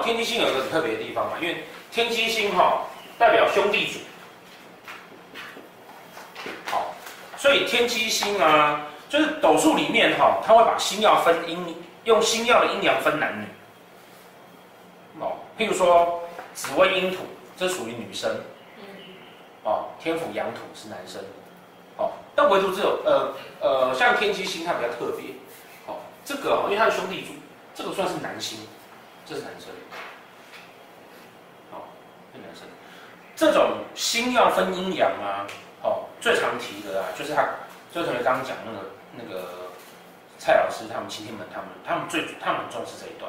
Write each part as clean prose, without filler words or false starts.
天机星有一个很特别的地方嘛，因为天机星代表兄弟组，好，所以天机星啊，就是斗数里面它会把星曜分阴，用星曜的阴阳分男女。譬如说紫微阴土，这属于女生，天府阳土是男生，但唯独只有像天机星它比较特别，这个因为它是兄弟组，这个算是男星，这是男生，是男生。这种星曜分阴阳啊，最常提的啊，就是就是同学刚刚讲那个蔡老师他们晴天门他们很重视这一段。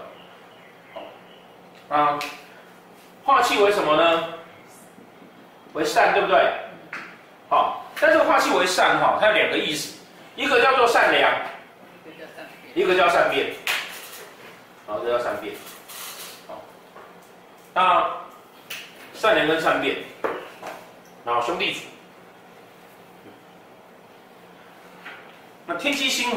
化气为什么呢？为善，对不对？但这个化气为善它有两个意思，一个叫做善良，一个叫善变。这叫善变。那善良跟善变，然后兄弟组。那天机星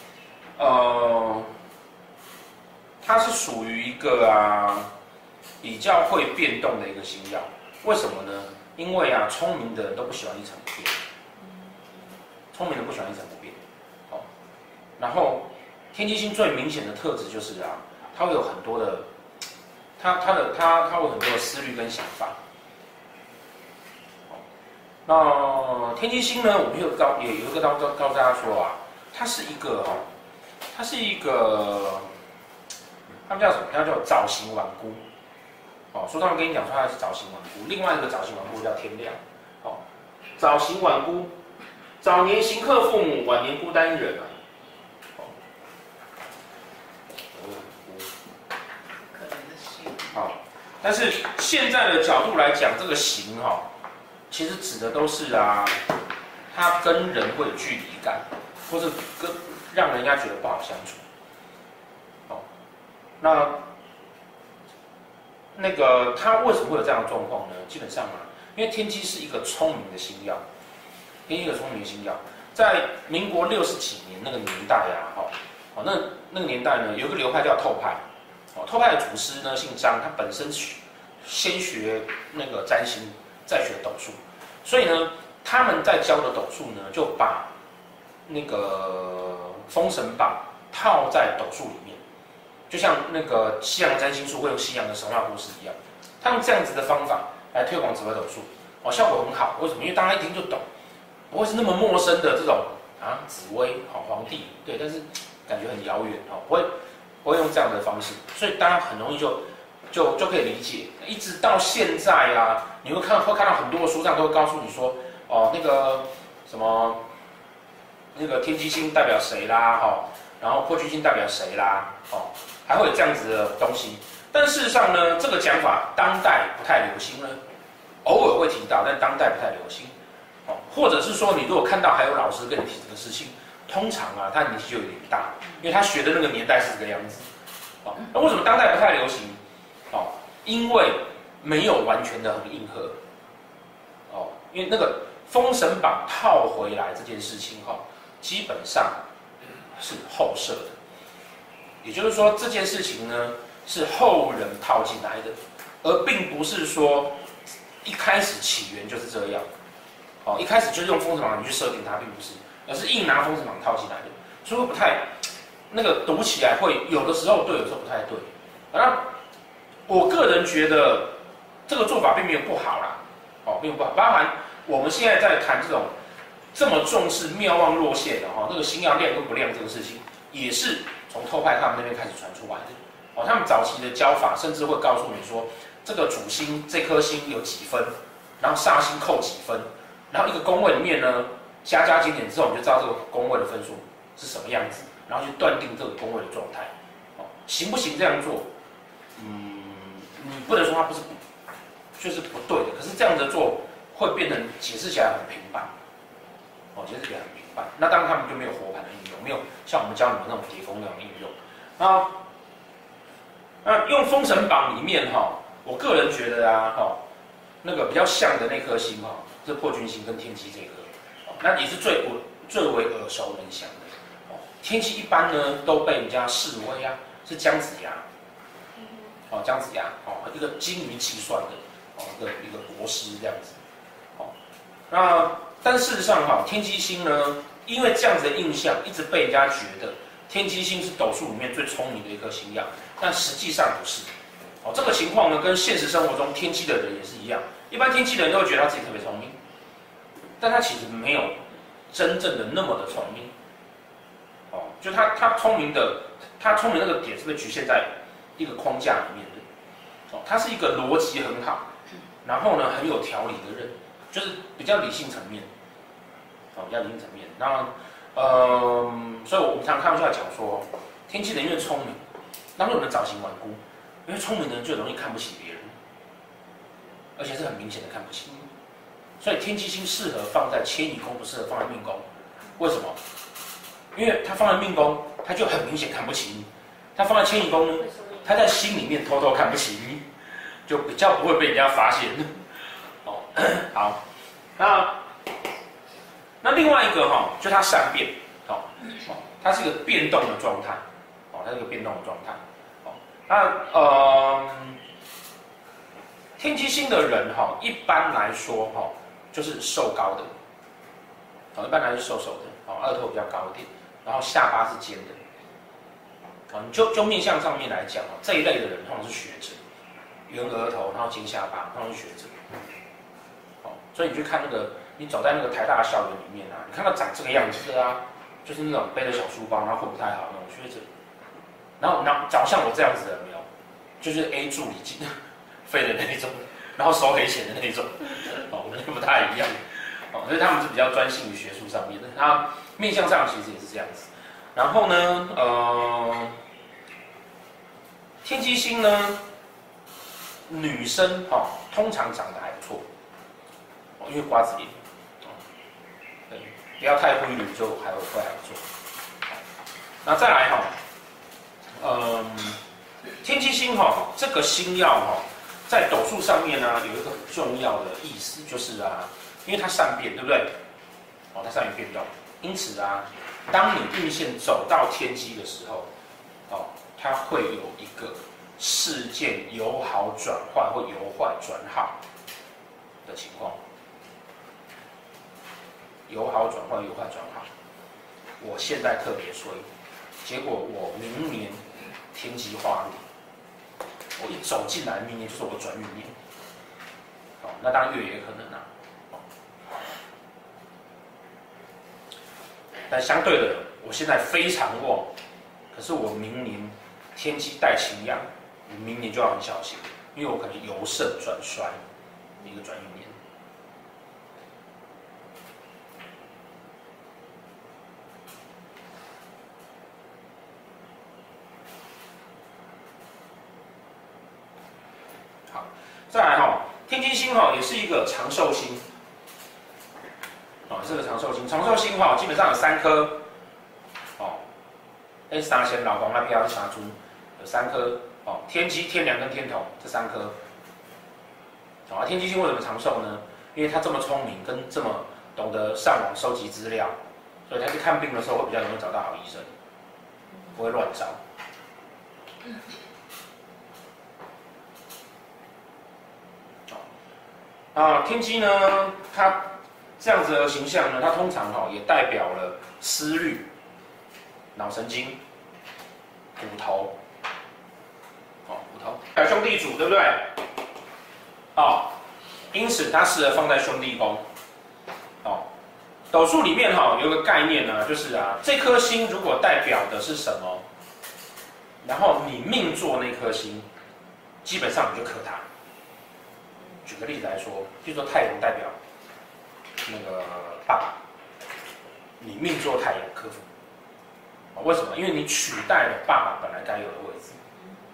它是属于一个比较会变动的一个星曜，为什么呢？因为聪明的人都不喜欢一成不变，聪明人不喜欢一成不变。然后天机星最明显的特质就是它会有很多的，它会有很多的思虑跟想法。那天机星呢，我们有一个告诉大家说它是一个他们叫什么？他叫早行晚孤。说他们跟你讲说他是早行晚孤，另外一个早行晚孤叫天亮。早行晚孤，早年行克父母，晚年孤单一人但是现在的角度来讲，这个行其实指的都是他跟人会有距离感，或者让人家觉得不好相处。那个他为什么会有这样的状况呢？基本上因为天机是一个聪明的星曜，天机是一个聪明的星曜，在民国60几年那个年代那个年代呢，有一个流派叫透派，透派的祖师呢姓张，他本身先学那个占星，再学斗数，所以呢，他们在教的斗数呢，就把那个封神榜套在斗数里面。就像那个西洋占星术会用西洋的神话故事一样，他用这样子的方法来推广紫微斗数，效果很好。为什么？因为大家一听就懂，不会是那么陌生的这种紫微皇帝，对，但是感觉很遥远不会用这样的方式，所以大家很容易就可以理解。一直到现在你会看到很多的书上都会告诉你说，那个什么那个天机星代表谁啦，然后破军星代表谁啦，还会有这样子的东西，但事实上呢，这个讲法当代不太流行了，偶尔会提到，但当代不太流行。或者是说，你如果看到还有老师跟你提这个事情，通常他年纪就有点大，因为他学的那个年代是这个样子。那为什么当代不太流行？因为没有完全的很硬核。因为那个封神榜套回来这件事情基本上是后设的。也就是说，这件事情呢是后人套进来的，而并不是说一开始起源就是这样。一开始就用封神榜你去设定它，并不是，而是硬拿封神榜套进来的，所以不太那个读起来会有的时候对，有时候不太对。那我个人觉得这个做法并没有不好啦，并没有不好。包含我们现在在谈这么重视妙望落线的那个星曜亮跟不亮这个事情，也是从透派他们那边开始传出来的。他们早期的教法甚至会告诉你说，这个主星这颗星有几分，然后煞星扣几分，然后一个宫位里面呢加减减之后，你就知道这个宫位的分数是什么样子，然后去断定这个宫位的状态。行不行这样做？你不能说它不是就是不对的，可是这样子做会变成解释起来很平板。解释起来很平板。那当然他们就没有活盘的应用，没有像我们教你们那种叠风那种应用。那用封神榜里面我个人觉得那个比较像的那颗星是破军星跟天机这颗，那也是最为耳熟能详的。天机一般呢都被人家视为是姜子牙， 哦，姜子牙哦，一个精于计算的哦，一个国师这样子。哦，那但事实上哈，天机星呢，因为这样子的印象一直被人家觉得天机星是斗数里面最聪明的一颗星耀，但实际上不是。哦，这个情况呢，跟现实生活中天机的人也是一样。一般天机的人都会觉得他自己特别聪明，但他其实没有真正的那么的聪明。哦，就他聪明的那个点是被局限在一个框架里面的。哦，他是一个逻辑很好，然后呢很有条理的人，就是比较理性层面。哦，比较理性层面。那所以我们常开玩笑讲说，天机人因为聪明，那为什么早行晚顾？因为聪明的人就容易看不起别人，而且是很明显的看不起。所以天机星适合放在迁移宫，不适合放在命宫。为什么？因为他放在命宫，他就很明显看不起你；他放在迁移宫呢，他在心里面偷偷看不起你，就比较不会被人家发现。哦，好，那另外一个哈，就它善变，哦，它是一个变动的状态，哦，它是一个变动的状态，哦，那天机星的人哈，一般来说哈，就是瘦高的，哦，一般来说是瘦瘦的，哦，额头比较高一点，然后下巴是尖的，哦，就面相上面来讲哦，这一类的人通常是学者，圆额头，然后尖下巴，通常是学者，哦，所以你去看那个。你走在那个台大的校园里面啊，你看到长这个样子的啊，就是那种背着小书包，然后混不太好那种学者，然后长像我这样子的有没有？就是 A 助理进废的那一种，然后收黑钱的那一种，哦，我们就不太一样，哦，所以他们是比较专心于学术上面的，他面相上其实也是这样子。然后呢，天机星呢，女生哦，通常长得还不错，哦，因为瓜子脸。不要太灰绿，就会还不错。那再来哈，天机星哈，这个星曜哈，在斗数上面呢，有一个很重要的意思，就是啊，因为它善变，对不对？哦，它善于变动，因此啊，当你运线走到天机的时候，哦，它会有一个事件由好转坏或由坏转好的情况。由好转坏，由坏转好。我现在特别衰，结果我明年天机化禄，我一走进来，明年就是我转运年。哦，那当然月也可能啊。哦，但相对的，我现在非常旺，可是我明年天机带擎羊，明年就要很小心，因为我可能由盛转衰，一个转运年。再来哈，天机星哈也是一个长寿星，哦，是个长寿星。长寿星哈基本上有3颗，哦，三仙老公那边杀猪有3颗，哦，天机、天梁跟天同这3颗。哦，天机星为什么长寿呢？因为他这么聪明，跟这么懂得上网收集资料，所以他去看病的时候会比较容易找到好医生，不会乱找。天机呢，它这样子的形象呢，它通常也代表了思虑、脑神经、骨头，骨头，还有兄弟组，对不对？因此它适合放在兄弟宫。斗数里面有一个概念呢，就是这颗星如果代表的是什么，然后你命坐那颗星，基本上你就克它。举个例子来说，比如说太阳代表那个爸爸，你命坐太阳克夫，为什么？因为你取代了爸爸本来该有的位置。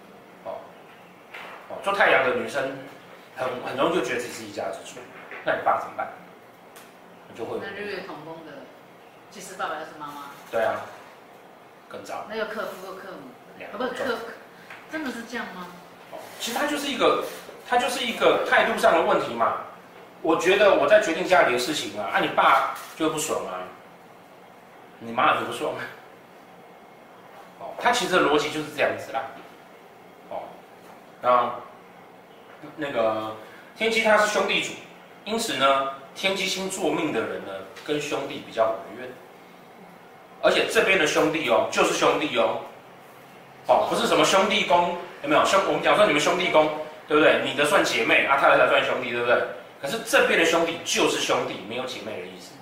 做太阳的女生很容易就觉得自己是一家之主，那你爸怎么办？你就会那日月同宫的，其实爸爸又是妈妈。 对啊，更糟。 那又克夫又克母，不是克，真的是这样吗？ 其实它就是一个态度上的问题嘛。我觉得我在决定家里的事情啊，你爸就会不爽啊，你妈也会不爽啊。他其实的逻辑就是这样子啦。 那个天机他是兄弟主，因此呢，天机星坐命的人呢，跟兄弟比较有缘，而且这边的兄弟哦，就是兄弟哦，不是什么兄弟宫，有没有我们讲说你们兄弟宫，对不对？你的算姐妹啊，他的才算兄弟，对不对？可是这边的兄弟就是兄弟，没有姐妹的意思。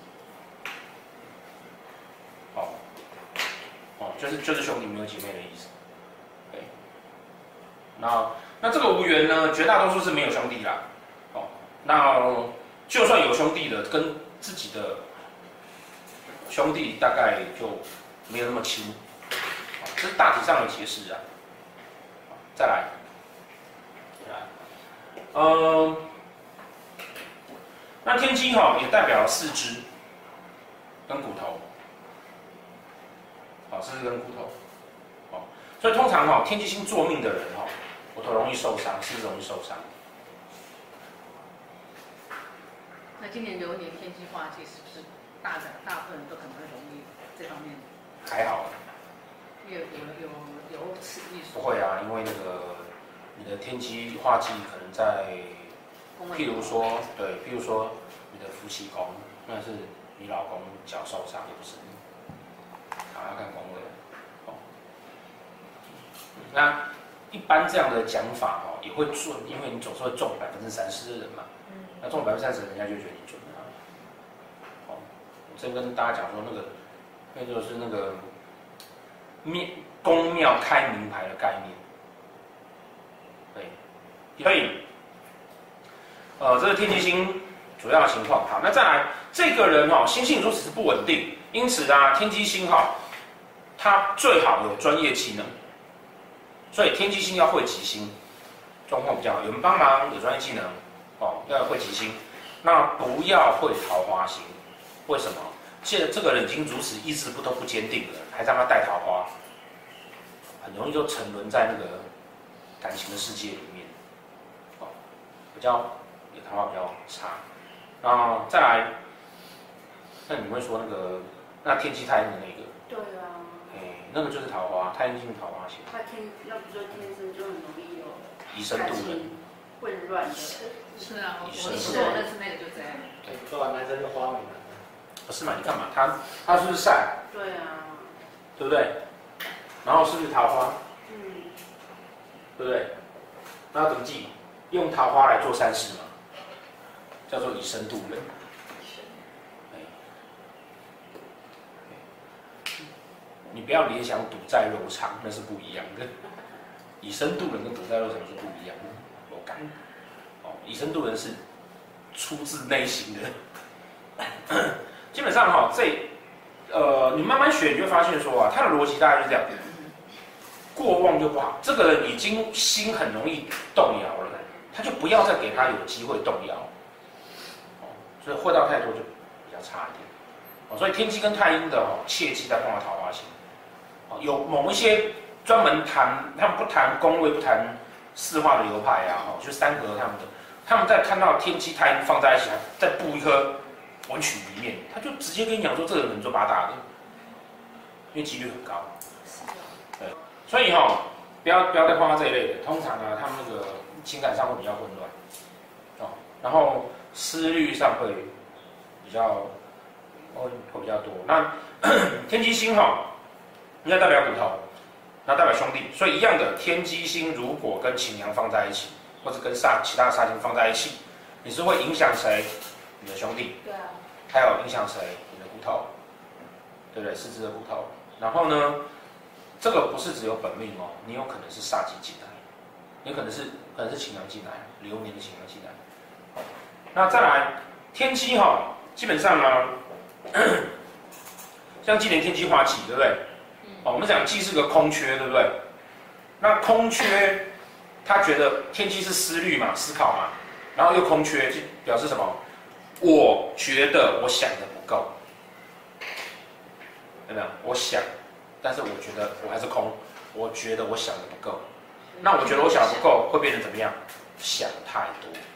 就是兄弟没有姐妹的意思。对，那这个无缘呢，绝大多数是没有兄弟啦。那就算有兄弟的，跟自己的兄弟大概就没有那么亲。这是大体上的解释啊。再来，那天机也代表了四肢跟骨头。四肢跟骨头，所以通常天机星坐命的人骨头容易受伤，四肢容易受伤。 那今年流年天机化忌是不是大部分人都可能会容易这方面？ 还好， 有此一说。 不会啊，因为那个你的天机化忌可能在，譬如说你的夫妻宫，那是你老公脚受伤，也不是你。要看宫位。那一般这样的讲法也会准，因为你总是会中30%的人嘛。那中30%，人家就觉得你准了。我先跟大家讲说，那就是那个宫庙开名牌的概念。对，所以这是天机星主要的情况。好，那再来，这个人心性如此是不稳定，因此啊，天机星他最好有专业技能，所以天机星要会吉星，状况比较好，有人帮忙，有专业技能，要会吉星，那不要会桃花星，为什么？现在这个人已经如此意志都不坚定了，还让他带桃花，很容易就沉沦在那个感情的世界里面，比较有桃花比较差。然再来，那你会说那天机太阴的那个？ 对啊。 那个就是桃花，太阴星桃花星。 他要不说天生就很容易有以身度人， 混乱的。 是啊，我认识那个就这样。 对，说完男生就花美男。 不是嘛？你看嘛，他是不是善？ 对啊。 对不对？然后是不是桃花？对不对？那要怎么记？用桃花来做善事嘛，叫做以身度人。你不要联想赌债肉偿，那是不一样的。以身度人跟赌债肉偿是不一样的，有感。以身度人是出自内心的。基本上你慢慢学，你就发现说啊，他的逻辑大概是这样：过旺就不好，这个人已经心很容易动摇了，他就不要再给他有机会动摇。所以会到太多就比较差一点。所以天机跟太阴的切忌在碰到桃花星。有某一些专门他们不谈宫位、不谈四化的流派啊，就三格他们在看到天机太阴放在一起，再布一颗文曲里面，他就直接跟你讲说这个人很做八大的，因为几率很高。对，所以不要再碰到这一类的，通常啊，他们那个情感上会比较混乱，然后思虑上会比较多。那天机星应该代表骨头，那代表兄弟，所以一样的，天机星如果跟擎羊放在一起，或者跟其他煞星放在一起，你是会影响谁？你的兄弟。 对啊。 还有影响谁？你的骨头，对不对？四肢的骨头。然后呢，这个不是只有本命你有可能是煞气进来，也可能是擎羊进来，流年的擎羊进来。那再来，天机基本上像今年天机化忌，对不对？我们讲忌是个空缺，对不对？那空缺，他觉得天机是思虑嘛，思考嘛，然后又空缺，就表示什么？我觉得我想的不够，有没有？我想，但是我觉得我还是空，我觉得我想的不够。那我觉得我想的不够，会变成怎么样？想太多。